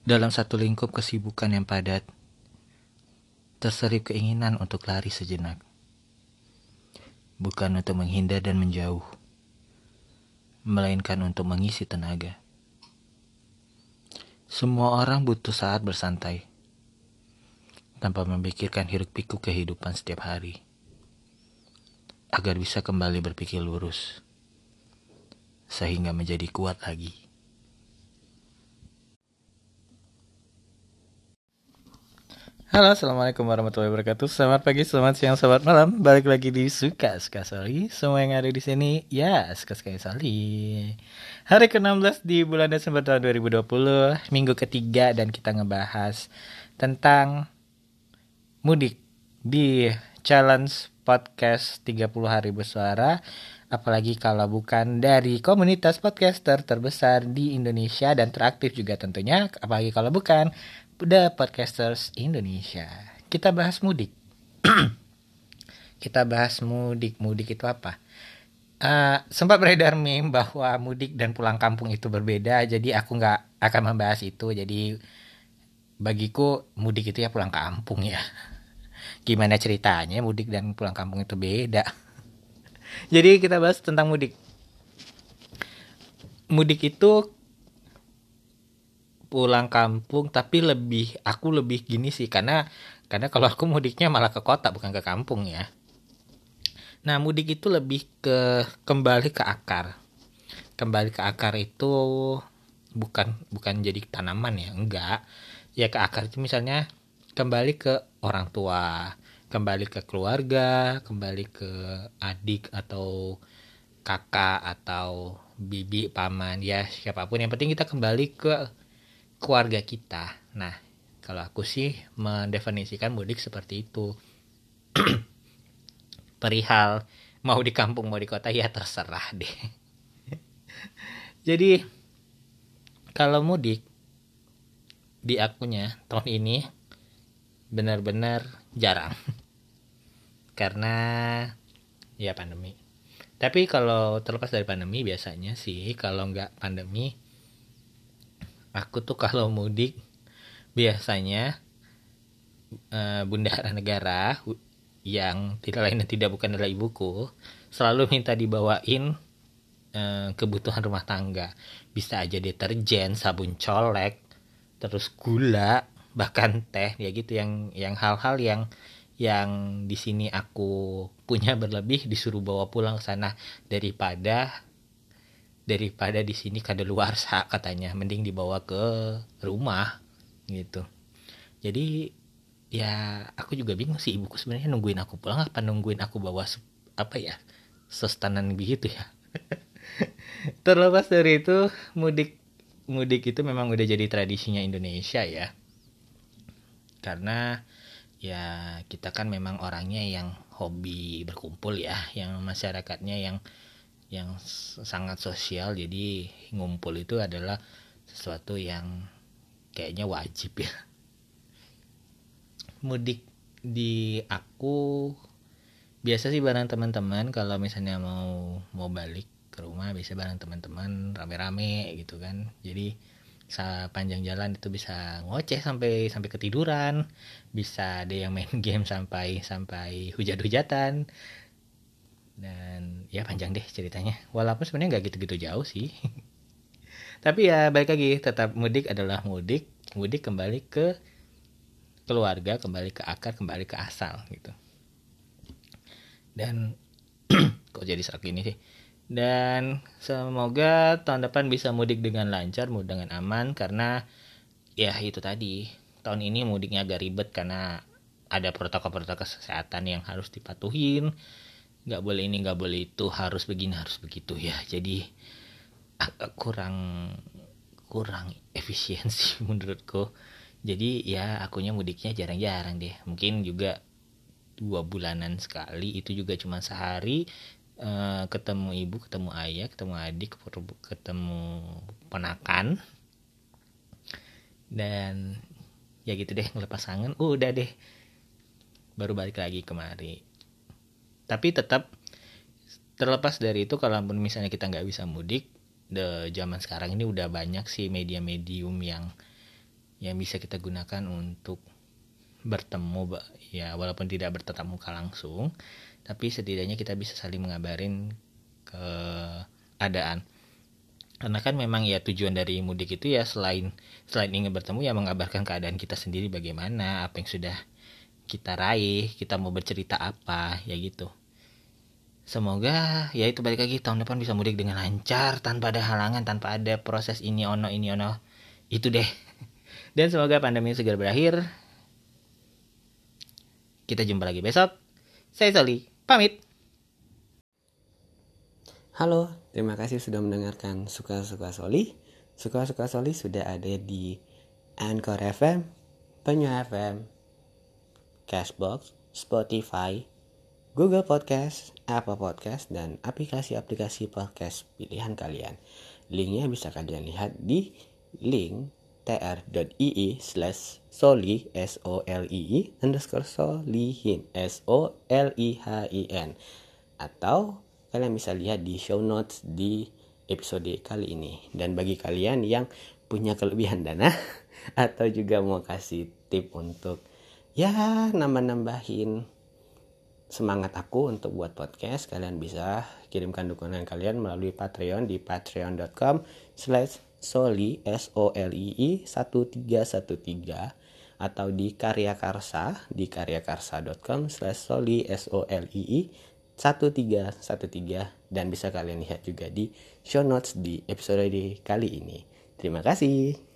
Dalam satu lingkup kesibukan yang padat, terselip keinginan untuk lari sejenak. Bukan untuk menghindar dan menjauh, melainkan untuk mengisi tenaga. Semua orang butuh saat bersantai, tanpa memikirkan hiruk-pikuk kehidupan setiap hari, agar bisa kembali berpikir lurus, sehingga menjadi kuat lagi. Halo, assalamualaikum warahmatullahi wabarakatuh. Selamat pagi, selamat siang, selamat malam. Balik lagi di Suka Soli. Semua yang ada di sini, ya Suka Soli. Hari ke-16 di bulan Desember tahun 2020, minggu ketiga, dan kita ngebahas tentang mudik di challenge podcast 30 hari bersuara. Apalagi kalau bukan dari komunitas podcaster terbesar di Indonesia dan teraktif juga tentunya. Apalagi kalau bukan The Podcasters Indonesia. Kita bahas mudik. Kita bahas mudik. Mudik itu apa? Sempat beredar meme bahwa mudik dan pulang kampung itu berbeda. Jadi aku nggak akan membahas itu. Jadi bagiku mudik itu ya pulang kampung ya. Gimana ceritanya mudik dan pulang kampung itu beda? Jadi kita bahas tentang mudik. Mudik itu pulang kampung, tapi aku lebih gini sih, karena kalau aku mudiknya malah ke kota bukan ke kampung ya. Nah, mudik itu lebih ke kembali ke akar. Kembali ke akar itu bukan jadi tanaman ya, enggak. Ya ke akar itu misalnya kembali ke orang tua, kembali ke keluarga, kembali ke adik atau kakak atau bibi, paman, ya siapapun. Yang penting kita kembali ke keluarga kita. Nah, kalau aku sih mendefinisikan mudik seperti itu. Perihal mau di kampung mau di kota ya terserah deh. Jadi kalau mudik di akunya tahun ini benar-benar jarang. Karena ya pandemi. Tapi kalau terlepas dari pandemi biasanya sih kalau nggak pandemi aku tuh kalau mudik biasanya Bundara Negara yang tidak lain dan tidak bukan adalah ibuku selalu minta dibawain kebutuhan rumah tangga. Bisa aja deterjen, sabun colek, terus gula, bahkan teh ya gitu, yang hal-hal yang di sini aku punya berlebih disuruh bawa pulang ke sana daripada di sini kadaluarsa katanya, mending dibawa ke rumah gitu. Jadi ya aku juga bingung sih, ibuku sebenarnya nungguin aku pulang apa nungguin aku bawa apa ya, sustanan begitu ya. Terlepas dari itu, mudik mudik itu memang udah jadi tradisinya Indonesia ya, karena ya kita kan memang orangnya yang hobi berkumpul ya, yang masyarakatnya yang sangat sosial. Jadi ngumpul itu adalah sesuatu yang kayaknya wajib ya. Mudik di aku biasa sih bareng teman-teman. Kalau misalnya mau balik ke rumah biasa bareng teman-teman rame-rame gitu kan. Jadi sepanjang jalan itu bisa ngoceh sampai ketiduran, bisa ada yang main game sampai hujat-hujatan, dan ya panjang deh ceritanya. Walaupun sebenarnya nggak gitu-gitu jauh sih. Tapi ya balik lagi, tetap mudik adalah mudik. Mudik kembali ke keluarga, kembali ke akar, kembali ke asal gitu. Dan kok jadi serak gini sih. Dan semoga tahun depan bisa mudik dengan lancar, mudik dengan aman, karena ya itu tadi, tahun ini mudiknya agak ribet karena ada protokol-protokol kesehatan yang harus dipatuhin. Nggak boleh ini, nggak boleh itu, harus begini, harus begitu ya. Jadi kurang efisiensi menurutku. Jadi ya akunya mudiknya jarang-jarang deh. Mungkin juga 2 bulanan sekali, itu juga cuma sehari, ketemu ibu, ketemu ayah, ketemu adik, ketemu ponakan, dan ya gitu deh, ngelepas kangen udah deh, baru balik lagi kemari. Tapi tetap terlepas dari itu, kalaupun misalnya kita nggak bisa mudik, zaman sekarang ini udah banyak sih media medium yang bisa kita gunakan untuk bertemu, ya walaupun tidak bertatap muka langsung, tapi setidaknya kita bisa saling mengabarin keadaan. Karena kan memang ya tujuan dari mudik itu ya selain ingin bertemu ya mengabarkan keadaan kita sendiri bagaimana, apa yang sudah kita raih, kita mau bercerita apa, ya gitu. Semoga ya itu balik lagi tahun depan bisa mudik dengan lancar, tanpa ada halangan, tanpa ada proses ini ono itu deh. Dan semoga pandemi segera berakhir. Kita jumpa lagi besok. Saya Soli, pamit. Halo, terima kasih sudah mendengarkan Suka-Suka Soli. Suka-Suka Soli sudah ada di Anchor FM, Penyu FM, Cashbox, Spotify, Google Podcast, Apple Podcast, dan aplikasi-aplikasi podcast pilihan kalian. Linknya bisa kalian lihat di link tr.ee/soli _solihin SOLIHIN, atau kalian bisa lihat di show notes di episode kali ini. Dan bagi kalian yang punya kelebihan dana atau juga mau kasih tip untuk ya nambah-nambahin semangat aku untuk buat podcast, kalian bisa kirimkan dukungan kalian melalui Patreon di patreon.com/soli SOLII1313 atau di Karya Karsa di karyakarsa.com/soli SOLII1313, dan bisa kalian lihat juga di show notes di episode kali ini. Terima kasih.